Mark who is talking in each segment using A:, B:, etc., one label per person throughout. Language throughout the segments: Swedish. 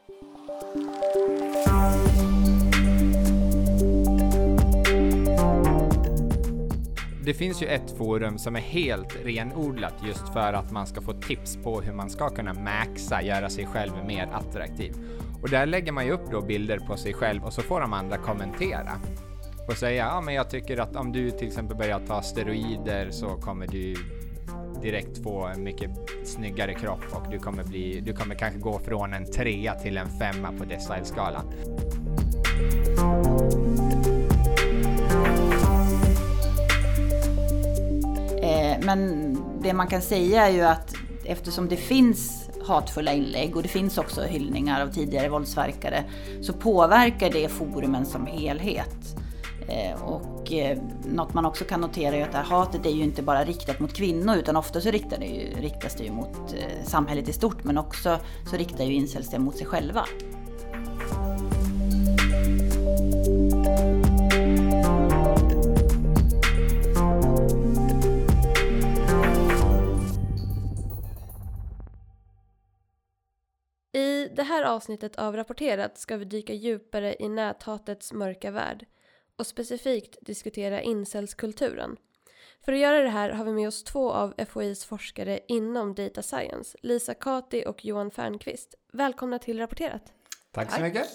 A: Det finns ju ett forum som är helt renodlat just för att man ska få tips på hur man ska kunna maxa, göra sig själv mer attraktiv. Och där lägger man ju upp då bilder på sig själv och så får de andra kommentera. Och säga, ja men jag tycker att om du till exempel börjar ta steroider så kommer du direkt få en mycket snyggare kropp och du kommer kanske gå från en 3 till en 5 på decile-skalan.
B: Men det man kan säga är ju att eftersom det finns hatfulla inlägg och det finns också hyllningar av tidigare våldsverkare så påverkar det forumen som helhet. Och något man också kan notera är att det här hatet är ju inte bara riktat mot kvinnor utan ofta så riktas det ju mot samhället i stort, men också så riktar ju incels det mot sig själva.
C: I det här avsnittet av Rapporterat ska vi dyka djupare i näthatets mörka värld och specifikt diskutera incelskulturen. För att göra det här har vi med oss 2 av FOIs forskare inom data science, Lisa Kati och Johan Fernqvist. Välkomna till Rapporterat.
A: Tack så mycket.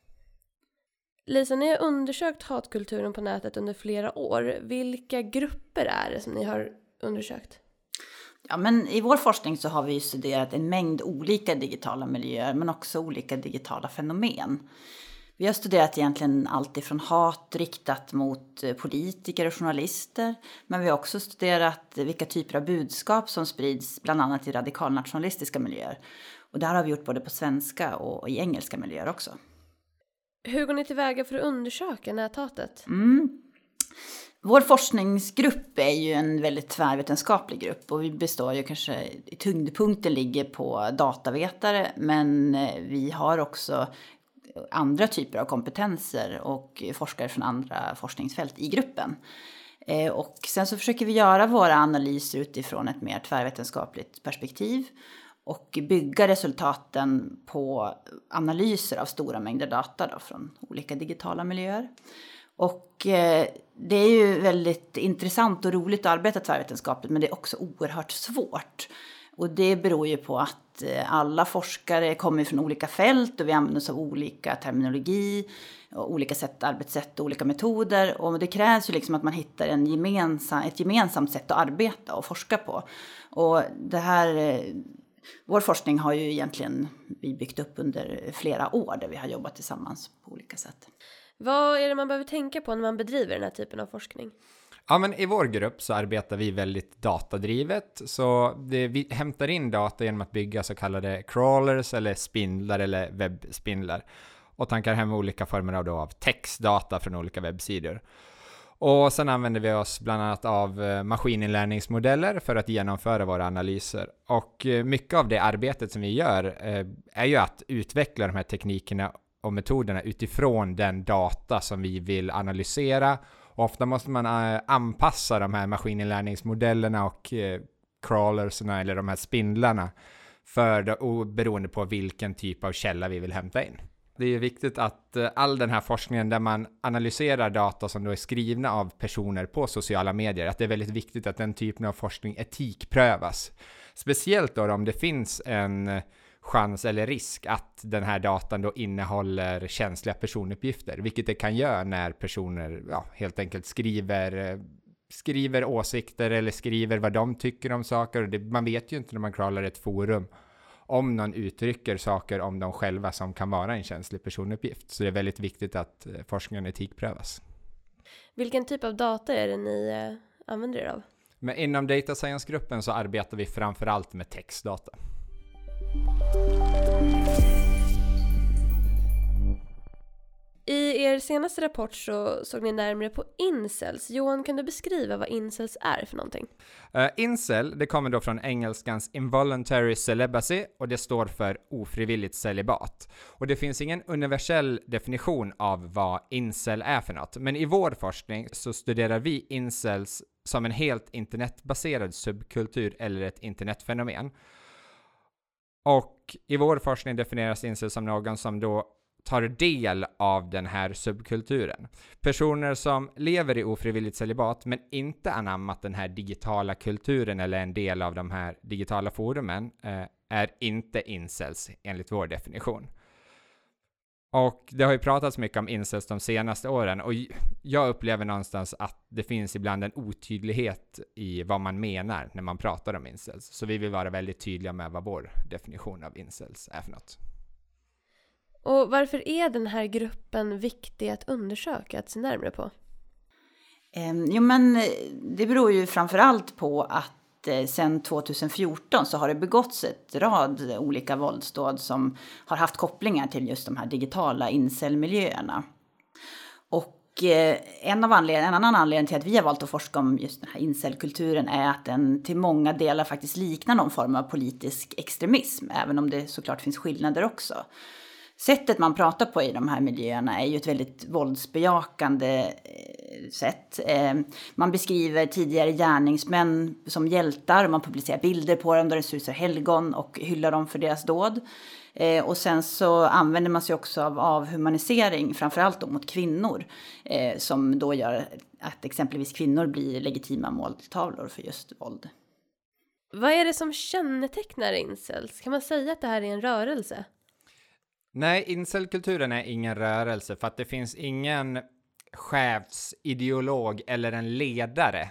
C: Lisa, ni har undersökt hatkulturen på nätet under flera år. Vilka grupper är det som ni har undersökt?
B: Ja, men i vår forskning så har vi studerat en mängd olika digitala miljöer men också olika digitala fenomen. Vi har studerat egentligen allt ifrån hat riktat mot politiker och journalister, men vi har också studerat vilka typer av budskap som sprids bland annat i radikalnationalistiska miljöer. Och det här har vi gjort både på svenska och i engelska miljöer också.
C: Hur går ni tillväga för att undersöka näthatet?
B: Vår forskningsgrupp är ju en väldigt tvärvetenskaplig grupp och vi består ju kanske, tyngdpunkten ligger på datavetare, men vi har också andra typer av kompetenser och forskare från andra forskningsfält i gruppen. Och sen så försöker vi göra våra analyser utifrån ett mer tvärvetenskapligt perspektiv och bygga resultaten på analyser av stora mängder data då, från olika digitala miljöer. Och det är ju väldigt intressant och roligt att arbeta tvärvetenskapligt, men det är också oerhört svårt. Och det beror ju på att alla forskare kommer från olika fält och vi använder oss av olika terminologi, och olika arbetssätt och olika metoder. Och det krävs ju liksom att man hittar ett gemensamt sätt att arbeta och forska på. Och det här, vår forskning har ju egentligen vi byggt upp under flera år där vi har jobbat tillsammans på olika sätt.
C: Vad är det man behöver tänka på när man bedriver den här typen av forskning?
A: Ja, men i vår grupp så arbetar vi väldigt datadrivet. Så vi hämtar in data genom att bygga så kallade crawlers eller spindlar eller webbspindlar. Och tankar hem olika former av textdata från olika webbsidor. Och sen använder vi oss bland annat av maskininlärningsmodeller för att genomföra våra analyser. Och mycket av det arbetet som vi gör är ju att utveckla de här teknikerna och metoderna utifrån den data som vi vill analysera. Och ofta måste man anpassa de här maskininlärningsmodellerna och crawlersna eller de här spindlarna beroende på vilken typ av källa vi vill hämta in. Det är ju viktigt att all den här forskningen där man analyserar data som då är skrivna av personer på sociala medier, att det är väldigt viktigt att den typen av forskning etikprövas. Speciellt då om det finns en chans eller risk att den här datan då innehåller känsliga personuppgifter, vilket det kan göra när personer helt enkelt skriver åsikter eller skriver vad de tycker om saker. Och man vet ju inte när man crawlar ett forum om någon uttrycker saker om dem själva som kan vara en känslig personuppgift. Så det är väldigt viktigt att forskningen etikprövas.
C: Vilken typ av data är det ni använder er av?
A: Men inom data science-gruppen så arbetar vi framförallt med textdata.
C: I er senaste rapport så såg ni närmare på incels. Johan, kan du beskriva vad incels är för någonting?
A: Incel, det kommer då från engelskans involuntary celibacy och det står för ofrivilligt celibat. Och det finns ingen universell definition av vad incel är för något. Men i vår forskning så studerar vi incels som en helt internetbaserad subkultur eller ett internetfenomen. Och i vår forskning definieras incel som någon som då tar del av den här subkulturen. Personer som lever i ofrivilligt celibat men inte anammat den här digitala kulturen eller en del av de här digitala forumen är inte incels enligt vår definition. Och det har ju pratats mycket om incels de senaste åren och jag upplever någonstans att det finns ibland en otydlighet i vad man menar när man pratar om incels. Så vi vill vara väldigt tydliga med vad vår definition av incels är för något.
C: Och varför är den här gruppen viktig att undersöka, att se närmare på?
B: Jo, men det beror ju framförallt på att sedan 2014 så har det begåtts ett rad olika våldsdåd som har haft kopplingar till just de här digitala incelmiljöerna. Och en annan anledning till att vi har valt att forska om just den här incelkulturen är att den till många delar faktiskt liknar någon form av politisk extremism, även om det såklart finns skillnader också. Sättet man pratar på i de här miljöerna är ju ett väldigt våldsbejakande sätt. Man beskriver tidigare gärningsmän som hjältar. Man publicerar bilder på dem där det ser ut som helgon och hyllar dem för deras dåd. Och sen så använder man sig också av avhumanisering, framförallt då mot kvinnor. Som då gör att exempelvis kvinnor blir legitima måltavlor för just våld.
C: Vad är det som kännetecknar incels? Kan man säga att det här är en rörelse?
A: Nej, incelkulturen är ingen rörelse för att det finns ingen chefsideolog eller en ledare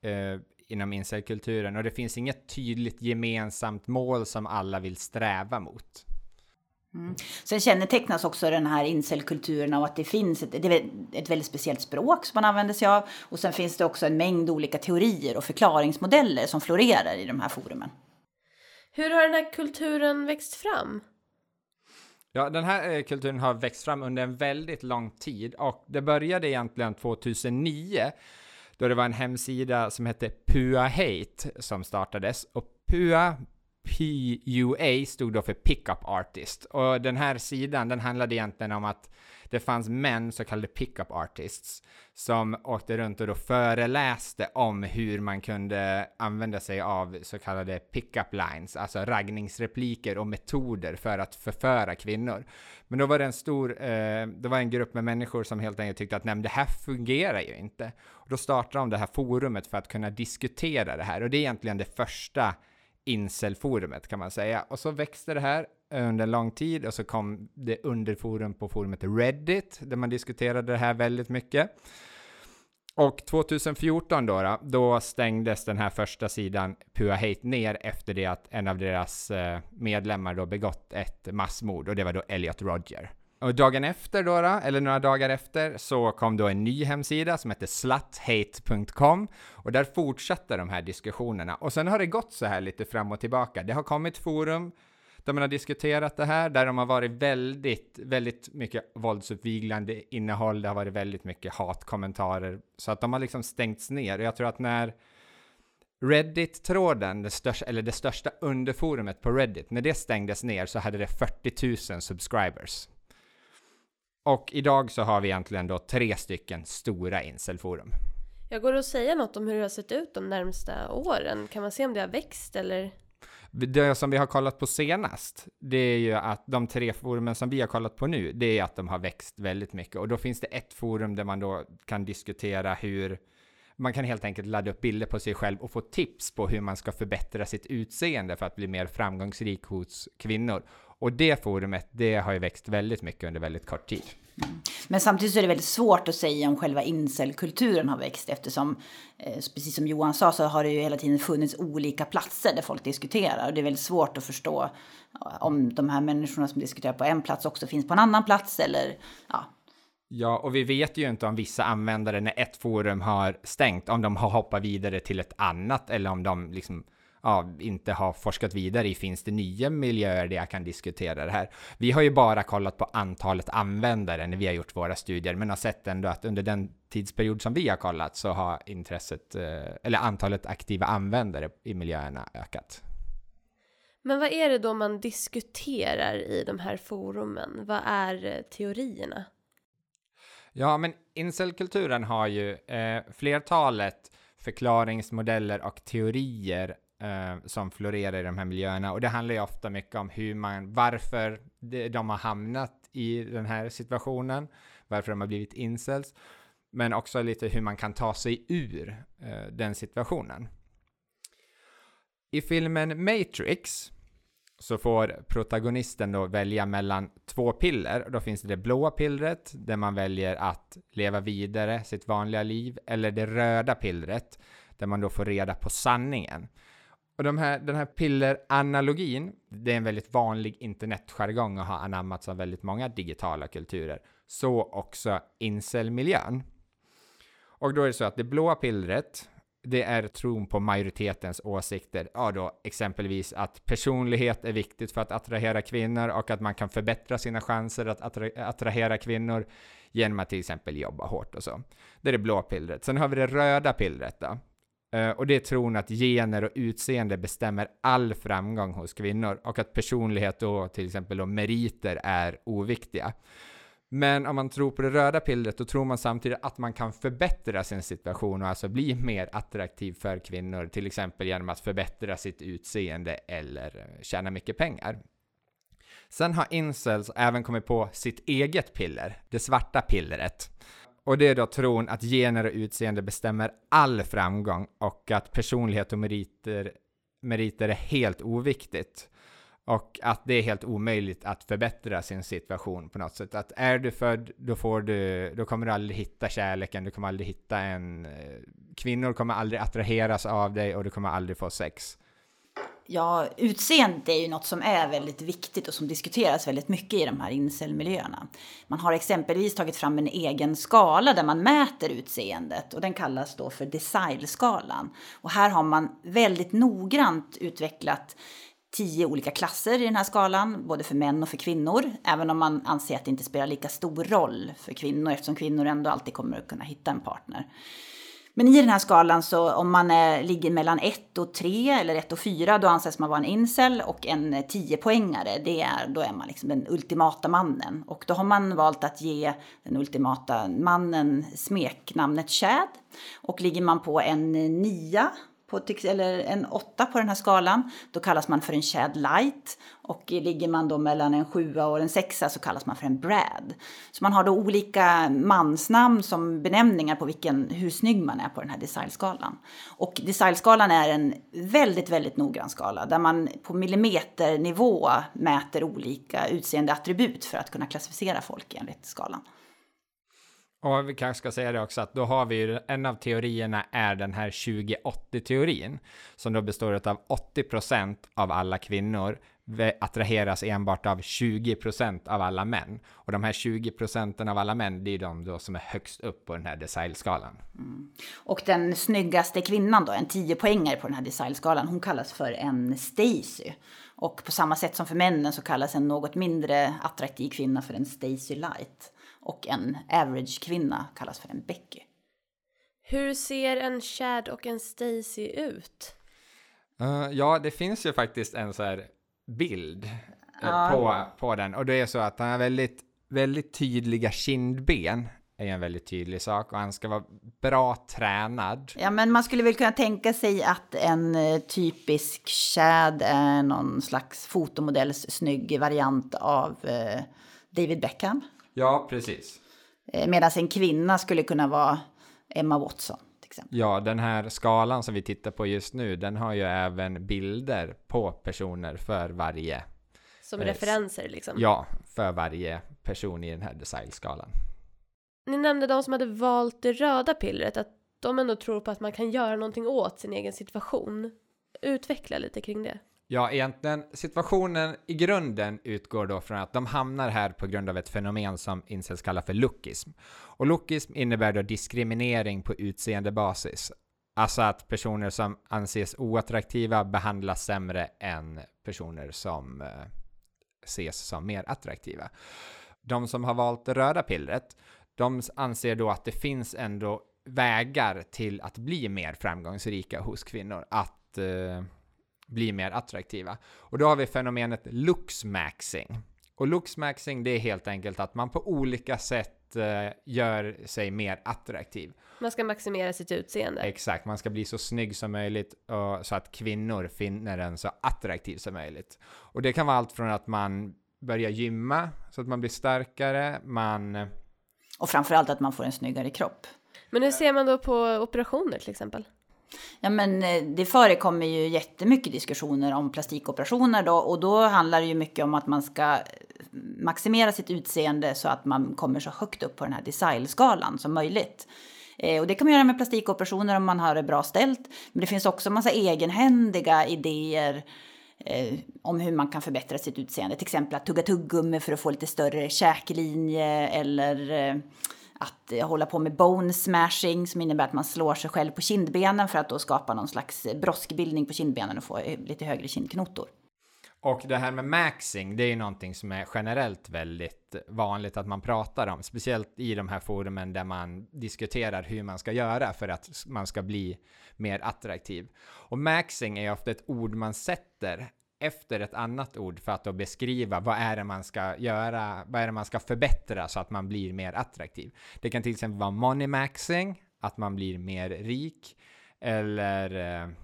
A: inom incelkulturen och det finns inget tydligt gemensamt mål som alla vill sträva mot.
B: Sen kännetecknas också den här incelkulturen av att det finns ett väldigt speciellt språk som man använder sig av och sen finns det också en mängd olika teorier och förklaringsmodeller som florerar i de här forumen.
C: Hur har den här kulturen växt fram?
A: Ja, den här kulturen har växt fram under en väldigt lång tid och det började egentligen 2009 då det var en hemsida som hette PUA Hate som startades och PUA stod då för Pickup Artist och den här sidan den handlade egentligen om att det fanns män, så kallade pickup artists, som åkte runt och då föreläste om hur man kunde använda sig av så kallade pickup lines, alltså raggningsrepliker och metoder för att förföra kvinnor. Men då var det en grupp med människor som helt enkelt tyckte att nej, det här fungerar ju inte. Och då startade de det här forumet för att kunna diskutera det här. Och det är egentligen det första incelforumet kan man säga. Och så växte det här under lång tid och så kom det underforum på forumet Reddit där man diskuterade det här väldigt mycket. Och 2014 då stängdes den här första sidan PUA Hate ner efter det att en av deras medlemmar då begått ett massmord och det var då Elliot Rodger. Och dagen efter eller några dagar efter så kom då en ny hemsida som heter sluthate.com och där fortsatte de här diskussionerna. Och sen har det gått så här lite fram och tillbaka. Det har kommit forum där man har diskuterat det här, där de har varit väldigt, väldigt mycket våldsuppviglande innehåll. Det har varit väldigt mycket hatkommentarer så att de har liksom stängts ner. Och jag tror att när Reddit-tråden, det största underforumet på Reddit, när det stängdes ner så hade det 40 000 subscribers. Och idag så har vi egentligen då 3 stycken stora incelforum.
C: Jag går att säga något om hur det har sett ut de närmsta åren. Kan man se om det har växt eller?
A: Det som vi har kollat på senast, det är ju att de 3 forumen som vi har kollat på nu, det är att de har växt väldigt mycket. Och då finns det ett forum där man då kan diskutera hur man kan helt enkelt ladda upp bilder på sig själv och få tips på hur man ska förbättra sitt utseende för att bli mer framgångsrik hos kvinnor. Och det forumet, det har ju växt väldigt mycket under väldigt kort tid.
B: Men samtidigt så är det väldigt svårt att säga om själva incelkulturen har växt eftersom, precis som Johan sa, så har det ju hela tiden funnits olika platser där folk diskuterar. Och det är väldigt svårt att förstå om de här människorna som diskuterar på en plats också finns på en annan plats eller ja.
A: Ja, och vi vet ju inte om vissa användare när ett forum har stängt, om de har hoppat vidare till ett annat eller om de liksom inte har forskat vidare i finns det nya miljöer där jag kan diskutera det här. Vi har ju bara kollat på antalet användare när vi har gjort våra studier men har sett ändå att under den tidsperiod som vi har kollat så har intresset eller antalet aktiva användare i miljöerna ökat.
C: Men vad är det då man diskuterar i de här forumen? Vad är teorierna?
A: Ja, men incelkulturen har ju flertalet förklaringsmodeller och teorier som florerar i de här miljöerna. Och det handlar ju ofta mycket om varför de har hamnat i den här situationen. Varför de har blivit incels. Men också lite hur man kan ta sig ur den situationen. I filmen Matrix så får protagonisten då välja mellan 2 piller. Då finns det blåa pillret där man väljer att leva vidare sitt vanliga liv. Eller det röda pillret där man då får reda på sanningen. Och den här pilleranalogin, det är en väldigt vanlig internetjargong och har anammats av väldigt många digitala kulturer. Så också incelmiljön. Och då är det så att det blåa pillret, det är tron på majoritetens åsikter. Ja då exempelvis att personlighet är viktigt för att attrahera kvinnor och att man kan förbättra sina chanser att attrahera kvinnor genom att till exempel jobba hårt och så. Det är det blåa pillret. Sen har vi det röda pillret då. Och det är tron att gener och utseende bestämmer all framgång hos kvinnor och att personlighet och till exempel då meriter är oviktiga. Men om man tror på det röda pillret då tror man samtidigt att man kan förbättra sin situation och alltså bli mer attraktiv för kvinnor. Till exempel genom att förbättra sitt utseende eller tjäna mycket pengar. Sen har incels även kommit på sitt eget piller, det svarta pillret. Och det är då tron att gener och utseende bestämmer all framgång och att personlighet och meriter är helt oviktigt. Och att det är helt omöjligt att förbättra sin situation på något sätt. Att är du född, då kommer du aldrig hitta kärleken. Du kommer aldrig hitta kvinnor kommer aldrig attraheras av dig och du kommer aldrig få sex.
B: Ja, utseendet är ju något som är väldigt viktigt och som diskuteras väldigt mycket i de här incelmiljöerna. Man har exempelvis tagit fram en egen skala där man mäter utseendet och den kallas då för Decile-skalan. Och här har man väldigt noggrant utvecklat 10 olika klasser i den här skalan, både för män och för kvinnor. Även om man anser att det inte spelar lika stor roll för kvinnor eftersom kvinnor ändå alltid kommer att kunna hitta en partner. Men i den här skalan så om man ligger mellan 1 och 3 eller 1 och 4 då anses man vara en incel och en 10-poängare. Då är man liksom den ultimata mannen. Och då har man valt att ge den ultimata mannen smeknamnet Chad. Och ligger man på en 9 eller en 8 på den här skalan, då kallas man för en Chad Light. Och ligger man då mellan en 7 och en 6 så kallas man för en Brad. Så man har då olika mansnamn som benämningar på hur snygg man är på den här Decile-skalan. Och Decile-skalan är en väldigt, väldigt noggrann skala där man på millimeternivå mäter olika utseendeattribut för att kunna klassificera folk enligt skalan.
A: Och vi kanske ska säga det också att då har vi ju en av teorierna är den här 20-80-teorin som då består av 80% av alla kvinnor attraheras enbart av 20% av alla män. Och de här 20% av alla män, det är de då som är högst upp på den här Decile-skalan. Mm.
B: Och den snyggaste kvinnan då, en 10-poängare på den här Decile-skalan, hon kallas för en Stacy. Och på samma sätt som för männen så kallas en något mindre attraktiv kvinna för en Stacy Light. Och en average kvinna kallas för en Becky.
C: Hur ser en Chad och en Stacy ut?
A: Ja, det finns ju faktiskt en så här bild på den. Och det är så att han har väldigt, väldigt tydliga kindben. Är en väldigt tydlig sak. Och han ska vara bra tränad.
B: Ja, men man skulle väl kunna tänka sig att en typisk Chad är någon slags fotomodells snygg variant av David Beckham.
A: Ja, precis.
B: Medan en kvinna skulle kunna vara Emma Watson till exempel.
A: Ja, den här skalan som vi tittar på just nu, den har ju även bilder på personer för varje.
C: Som referenser liksom.
A: Ja, för varje person i den här Decile-skalan.
C: Ni nämnde de som hade valt det röda pillret, att de ändå tror på att man kan göra någonting åt sin egen situation. Utveckla lite kring det.
A: Ja, egentligen situationen i grunden utgår då från att de hamnar här på grund av ett fenomen som incels kallar för lookism. Och lookism innebär då diskriminering på utseendebasis. Alltså att personer som anses oattraktiva behandlas sämre än personer som ses som mer attraktiva. De som har valt det röda pillret, de anser då att det finns ändå vägar till att bli mer framgångsrika hos kvinnor. Att blir mer attraktiva. Och då har vi fenomenet looksmaxing. Och looksmaxing, det är helt enkelt att man på olika sätt gör sig mer attraktiv.
C: Man ska maximera sitt utseende.
A: Exakt, man ska bli så snygg som möjligt så att kvinnor finner den så attraktiv som möjligt. Och det kan vara allt från att man börjar gymma så att man blir starkare,
B: Och framförallt att man får en snyggare kropp.
C: Men hur ser man då på operationer till exempel?
B: Ja, men det förekommer ju jättemycket diskussioner om plastikoperationer då, och då handlar det ju mycket om att man ska maximera sitt utseende så att man kommer så högt upp på den här designskalan som möjligt. Och det kan man göra med plastikoperationer om man har det bra ställt, men det finns också en massa egenhändiga idéer om hur man kan förbättra sitt utseende. Till exempel att tugga tuggummi för att få lite större käklinje, eller att hålla på med bone smashing som innebär att man slår sig själv på kindbenen för att då skapa någon slags broskbildning på kindbenen och få lite högre kindknotor.
A: Och det här med maxing, det är ju någonting som är generellt väldigt vanligt att man pratar om. Speciellt i de här forumen där man diskuterar hur man ska göra för att man ska bli mer attraktiv. Och maxing är ofta ett ord man sätter efter ett annat ord för att då beskriva vad är det man ska göra, vad är det man ska förbättra så att man blir mer attraktiv. Det kan till exempel vara money maxing, att man blir mer rik, eller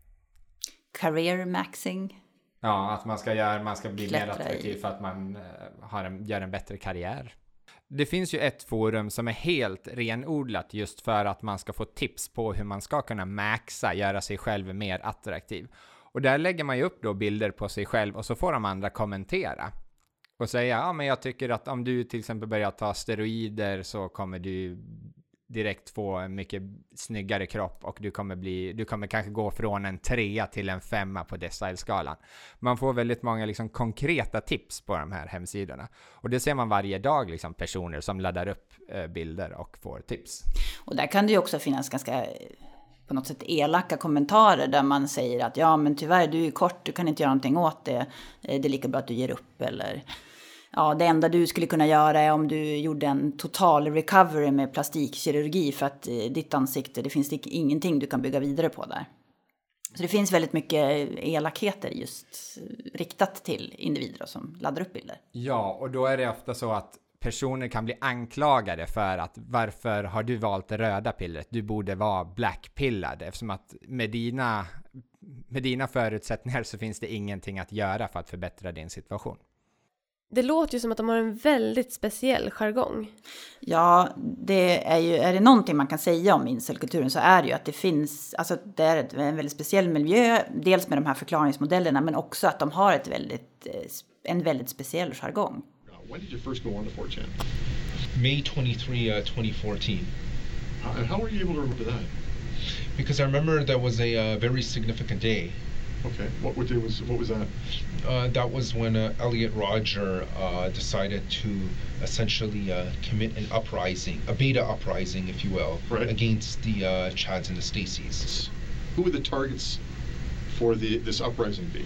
B: career maxing.
A: Ja, att man ska bli mer attraktiv för att man gör en bättre karriär. Det finns ju ett forum som är helt renodlat just för att man ska få tips på hur man ska kunna maxa, göra sig själv mer attraktiv. Och där lägger man ju upp då bilder på sig själv och så får de andra kommentera. Och säga, ja men jag tycker att om du till exempel börjar ta steroider så kommer du direkt få en mycket snyggare kropp och du kommer kanske gå från en 3 till en 5 på decile-skalan. Man får väldigt många liksom konkreta tips på de här hemsidorna. Och det ser man varje dag, liksom personer som laddar upp bilder och får tips.
B: Och där kan det ju också finnas ganska på något sätt elaka kommentarer där man säger att ja men tyvärr du är kort, du kan inte göra någonting åt det. Det är lika bra att du ger upp, eller ja, det enda du skulle kunna göra är om du gjorde en total recovery med plastikkirurgi för att ditt ansikte, det finns ingenting du kan bygga vidare på där. Så det finns väldigt mycket elakheter just riktat till individer som laddar upp bilder.
A: Ja, och då är det ofta så att personer kan bli anklagade för att varför har du valt det röda pillret? Du borde vara blackpillad, eftersom att med dina förutsättningar så finns det ingenting att göra för att förbättra din situation.
C: Det låter ju som att de har en väldigt speciell jargong.
B: Ja, är det någonting man kan säga om incelkulturen så är det ju att det finns, alltså det är en väldigt speciell miljö, dels med de här förklaringsmodellerna, men också att de har en väldigt speciell jargong.
D: When did you first go on to 4chan?
E: May 23, 2014.
D: And how were you able to remember that?
E: Because I remember that was a very significant day.
D: Okay, what was that?
E: That was when Elliot Rodger decided to essentially commit an uprising, a beta uprising, if you will,
D: right,
E: against the Chads and the Stacys.
D: Who would the targets for this uprising be?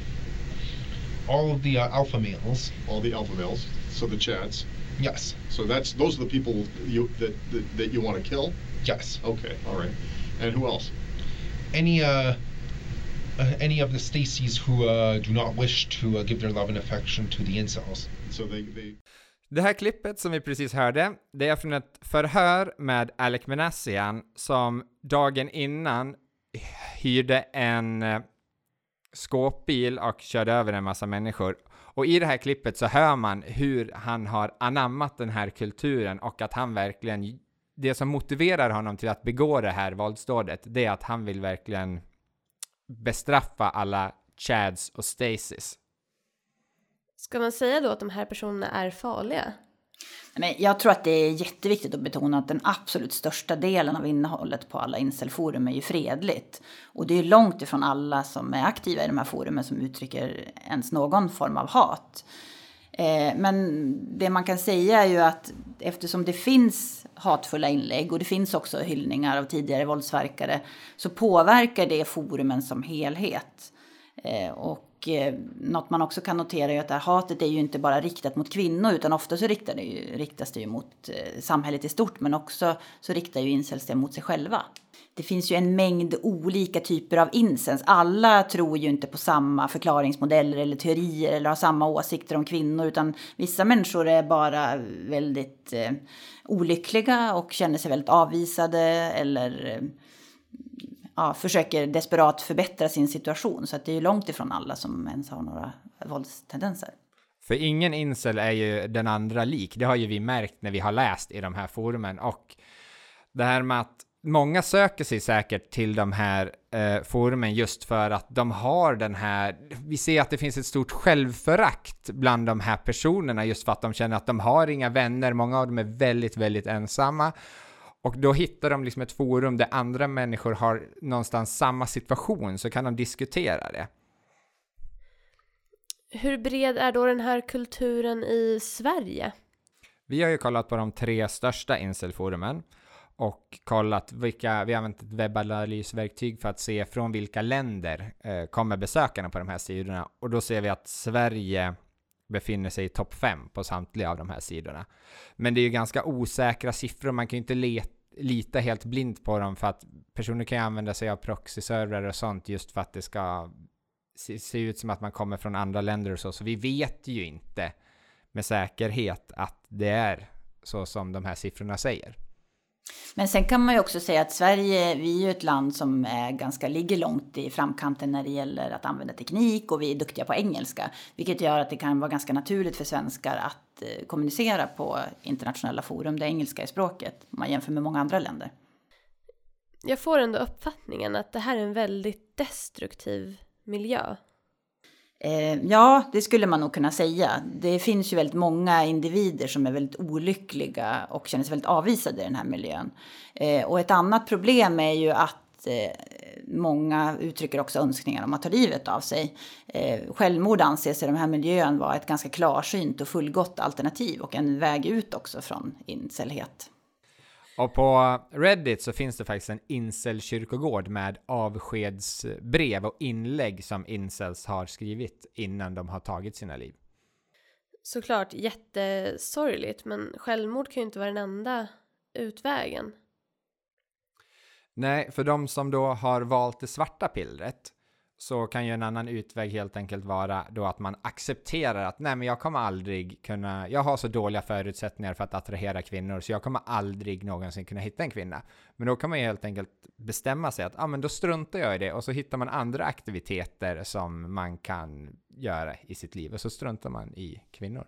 E: All of the alpha males.
D: All the alpha males. So the Chads.
E: Yes.
D: So those are the people that you want to kill?
E: Yes.
D: Okay. All right. And who else?
E: Any of the Stacys who do not wish to give their love and affection to the incels.
D: So they...
A: Det här klippet som vi precis hörde, det är från ett förhör med Alec Minassian som dagen innan hyrde en skåpbil och körde över en massa människor. Och i det här klippet så hör man hur han har anammat den här kulturen och att han verkligen, det som motiverar honom till att begå det här våldsdådet, det är att han vill verkligen bestraffa alla Chads och Stacys.
C: Ska man säga då att de här personerna är farliga?
B: Men jag tror att det är jätteviktigt att betona att den absolut största delen av innehållet på alla incelforum är ju fredligt. Och det är långt ifrån alla som är aktiva i de här forumen som uttrycker ens någon form av hat. Men det man kan säga är ju att eftersom det finns hatfulla inlägg och det finns också hyllningar av tidigare våldsverkare så påverkar det forumen som helhet. Och Och något man också kan notera är att det här hatet är ju inte bara riktat mot kvinnor, utan ofta så riktas det ju mot samhället i stort, men också så riktar ju incels det mot sig själva. Det finns ju en mängd olika typer av incels. Alla tror ju inte på samma förklaringsmodeller eller teorier eller har samma åsikter om kvinnor, utan vissa människor är bara väldigt olyckliga och känner sig väldigt avvisade eller försöker desperat förbättra sin situation. Så att det är ju långt ifrån alla som ens har några våldstendenser.
A: För ingen incel är ju den andra lik. Det har ju vi märkt när vi har läst i de här forumen. Och det här med att många söker sig säkert till de här forumen just för att de har den här... Vi ser att det finns ett stort självförakt bland de här personerna just för att de känner att de har inga vänner. Många av dem är väldigt, väldigt ensamma. Och då hittar de liksom ett forum där andra människor har någonstans samma situation, så kan de diskutera det.
C: Hur bred är då den här kulturen i Sverige?
A: Vi har ju kollat på de 3 största incelforumen och kollat vi har använt ett webbanalysverktyg för att se från vilka länder kommer besökarna på de här sidorna. Och då ser vi att Sverige befinner sig i topp 5 på samtliga av de här sidorna. Men det är ju ganska osäkra siffror. Man kan ju inte lita helt blint på dem, för att personer kan ju använda sig av proxy-servrar och sånt just för att det ska se ut som att man kommer från andra länder och så. Så vi vet ju inte med säkerhet att det är så som de här siffrorna säger.
B: Men sen kan man ju också säga att Sverige, vi är ju ett land som ligger långt i framkanten när det gäller att använda teknik, och vi är duktiga på engelska. Vilket gör att det kan vara ganska naturligt för svenskar att kommunicera på internationella forum där engelska är språket, om man jämför med många andra länder.
C: Jag får ändå uppfattningen att det här är en väldigt destruktiv miljö.
B: Ja, det skulle man nog kunna säga. Det finns ju väldigt många individer som är väldigt olyckliga och känner sig väldigt avvisade i den här miljön. Och ett annat problem är ju att många uttrycker också önskningar om att ta livet av sig. Självmord anses i de här miljön vara ett ganska klarsynt och fullgott alternativ och en väg ut också från incelhet.
A: Och på Reddit så finns det faktiskt en incel-kyrkogård med avskedsbrev och inlägg som incels har skrivit innan de har tagit sina liv.
C: Såklart jättesorgligt, men självmord kan ju inte vara den enda utvägen.
A: Nej, för de som då har valt det svarta pillret så kan ju en annan utväg helt enkelt vara då att man accepterar att nej, men jag kommer aldrig kunna, jag har så dåliga förutsättningar för att attrahera kvinnor så jag kommer aldrig någonsin kunna hitta en kvinna. Men då kan man ju helt enkelt bestämma sig att men då struntar jag i det, och så hittar man andra aktiviteter som man kan göra i sitt liv, och så struntar man i kvinnor.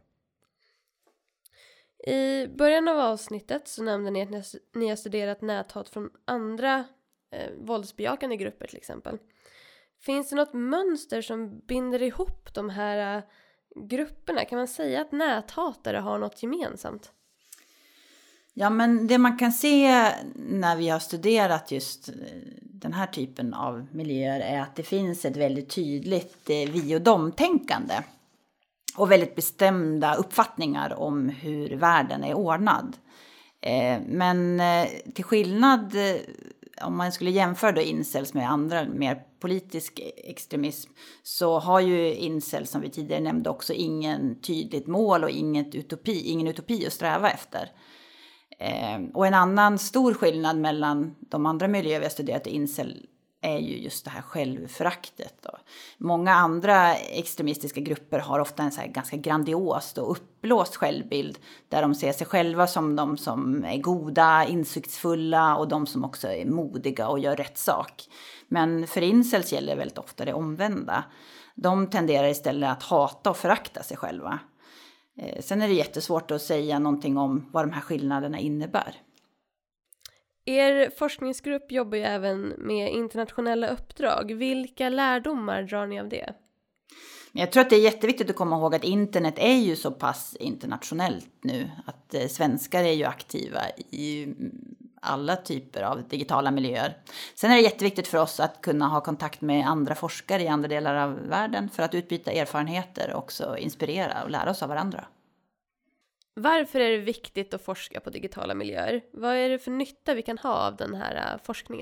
C: I början av avsnittet så nämnde ni att ni har studerat näthat från andra våldsbejakande grupper till exempel. Finns det något mönster som binder ihop de här grupperna? Kan man säga att näthatare har något gemensamt?
B: Ja, men det man kan se när vi har studerat just den här typen av miljöer är att det finns ett väldigt tydligt vi- och dom-tänkande. Och väldigt bestämda uppfattningar om hur världen är ordnad. Men till skillnad, om man skulle jämföra då incels med andra mer politisk extremism, så har ju incels, som vi tidigare nämnde, också ingen tydligt mål och ingen utopi att sträva efter. Och en annan stor skillnad mellan de andra miljöer vi har studerat i incel är ju just det här självföraktet då. Många andra extremistiska grupper har ofta en så här ganska grandiost och uppblåst självbild där de ser sig själva som de som är goda, insiktsfulla och de som också är modiga och gör rätt sak. Men för incels gäller väldigt ofta det omvända. De tenderar istället att hata och förakta sig själva. Sen är det jättesvårt att säga någonting om vad de här skillnaderna innebär.
C: Er forskningsgrupp jobbar ju även med internationella uppdrag. Vilka lärdomar drar ni av det?
B: Jag tror att det är jätteviktigt att komma ihåg att internet är ju så pass internationellt nu. Att svenskar är ju aktiva i alla typer av digitala miljöer. Sen är det jätteviktigt för oss att kunna ha kontakt med andra forskare i andra delar av världen för att utbyta erfarenheter och också inspirera och lära oss av varandra.
C: Varför är det viktigt att forska på digitala miljöer? Vad är det för nytta vi kan ha av den här forskningen?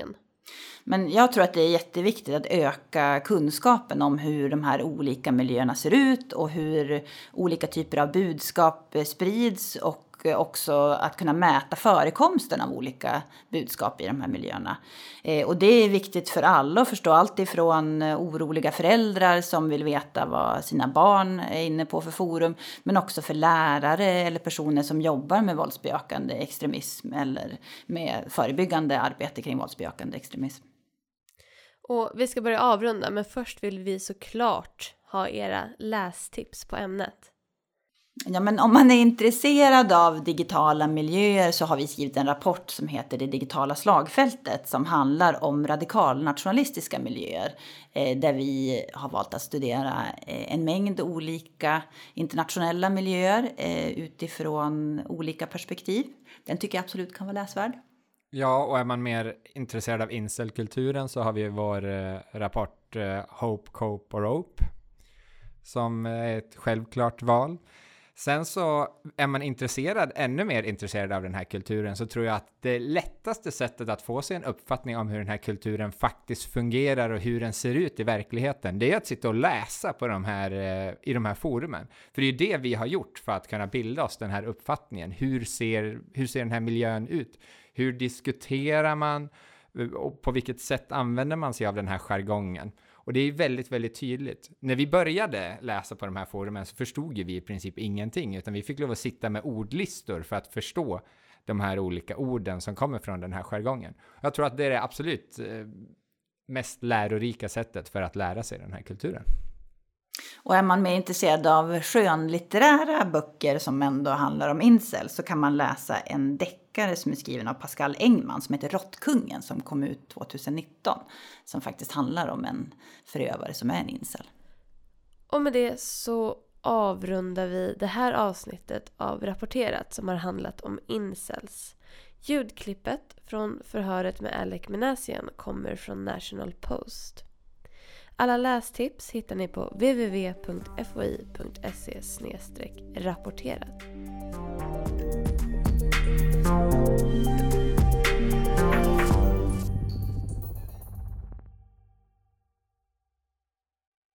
B: Men jag tror att det är jätteviktigt att öka kunskapen om hur de här olika miljöerna ser ut och hur olika typer av budskap sprids, och också att kunna mäta förekomsten av olika budskap i de här miljöerna. Och det är viktigt för alla att förstå, allt ifrån oroliga föräldrar som vill veta vad sina barn är inne på för forum, men också för lärare eller personer som jobbar med våldsbejakande extremism eller med förebyggande arbete kring våldsbejakande extremism.
C: Och vi ska börja avrunda, men först vill vi såklart ha era lästips på ämnet.
B: Ja, men om man är intresserad av digitala miljöer så har vi skrivit en rapport som heter Det digitala slagfältet, som handlar om radikalnationalistiska miljöer, där vi har valt att studera en mängd olika internationella miljöer utifrån olika perspektiv. Den tycker jag absolut kan vara läsvärd.
A: Ja, och är man mer intresserad av incelkulturen så har vi vår rapport Hope, Cope och Rope som är ett självklart val. Sen så är man ännu mer intresserad av den här kulturen, så tror jag att det lättaste sättet att få sig en uppfattning om hur den här kulturen faktiskt fungerar och hur den ser ut i verkligheten, det är att sitta och läsa på i de här forumen. För det är det vi har gjort för att kunna bilda oss den här uppfattningen. Hur ser den här miljön ut? Hur diskuterar man? Och på vilket sätt använder man sig av den här jargongen? Och det är väldigt, väldigt tydligt. När vi började läsa på de här forumen så förstod vi i princip ingenting, utan vi fick lov att sitta med ordlistor för att förstå de här olika orden som kommer från den här jargongen. Jag tror att det är det absolut mest lärorika sättet för att lära sig den här kulturen.
B: Och är man mer intresserad av skönlitterära böcker som ändå handlar om incel, så kan man läsa en deckare som är skriven av Pascal Engman som heter Råttkungen, som kom ut 2019, som faktiskt handlar om en förövare som är en incel.
C: Och med det så avrundar vi det här avsnittet av Rapporterat som har handlat om incels. Ljudklippet från förhöret med Alec Minassian kommer från National Post. Alla lästips hittar ni på www.foi.se/rapporterat.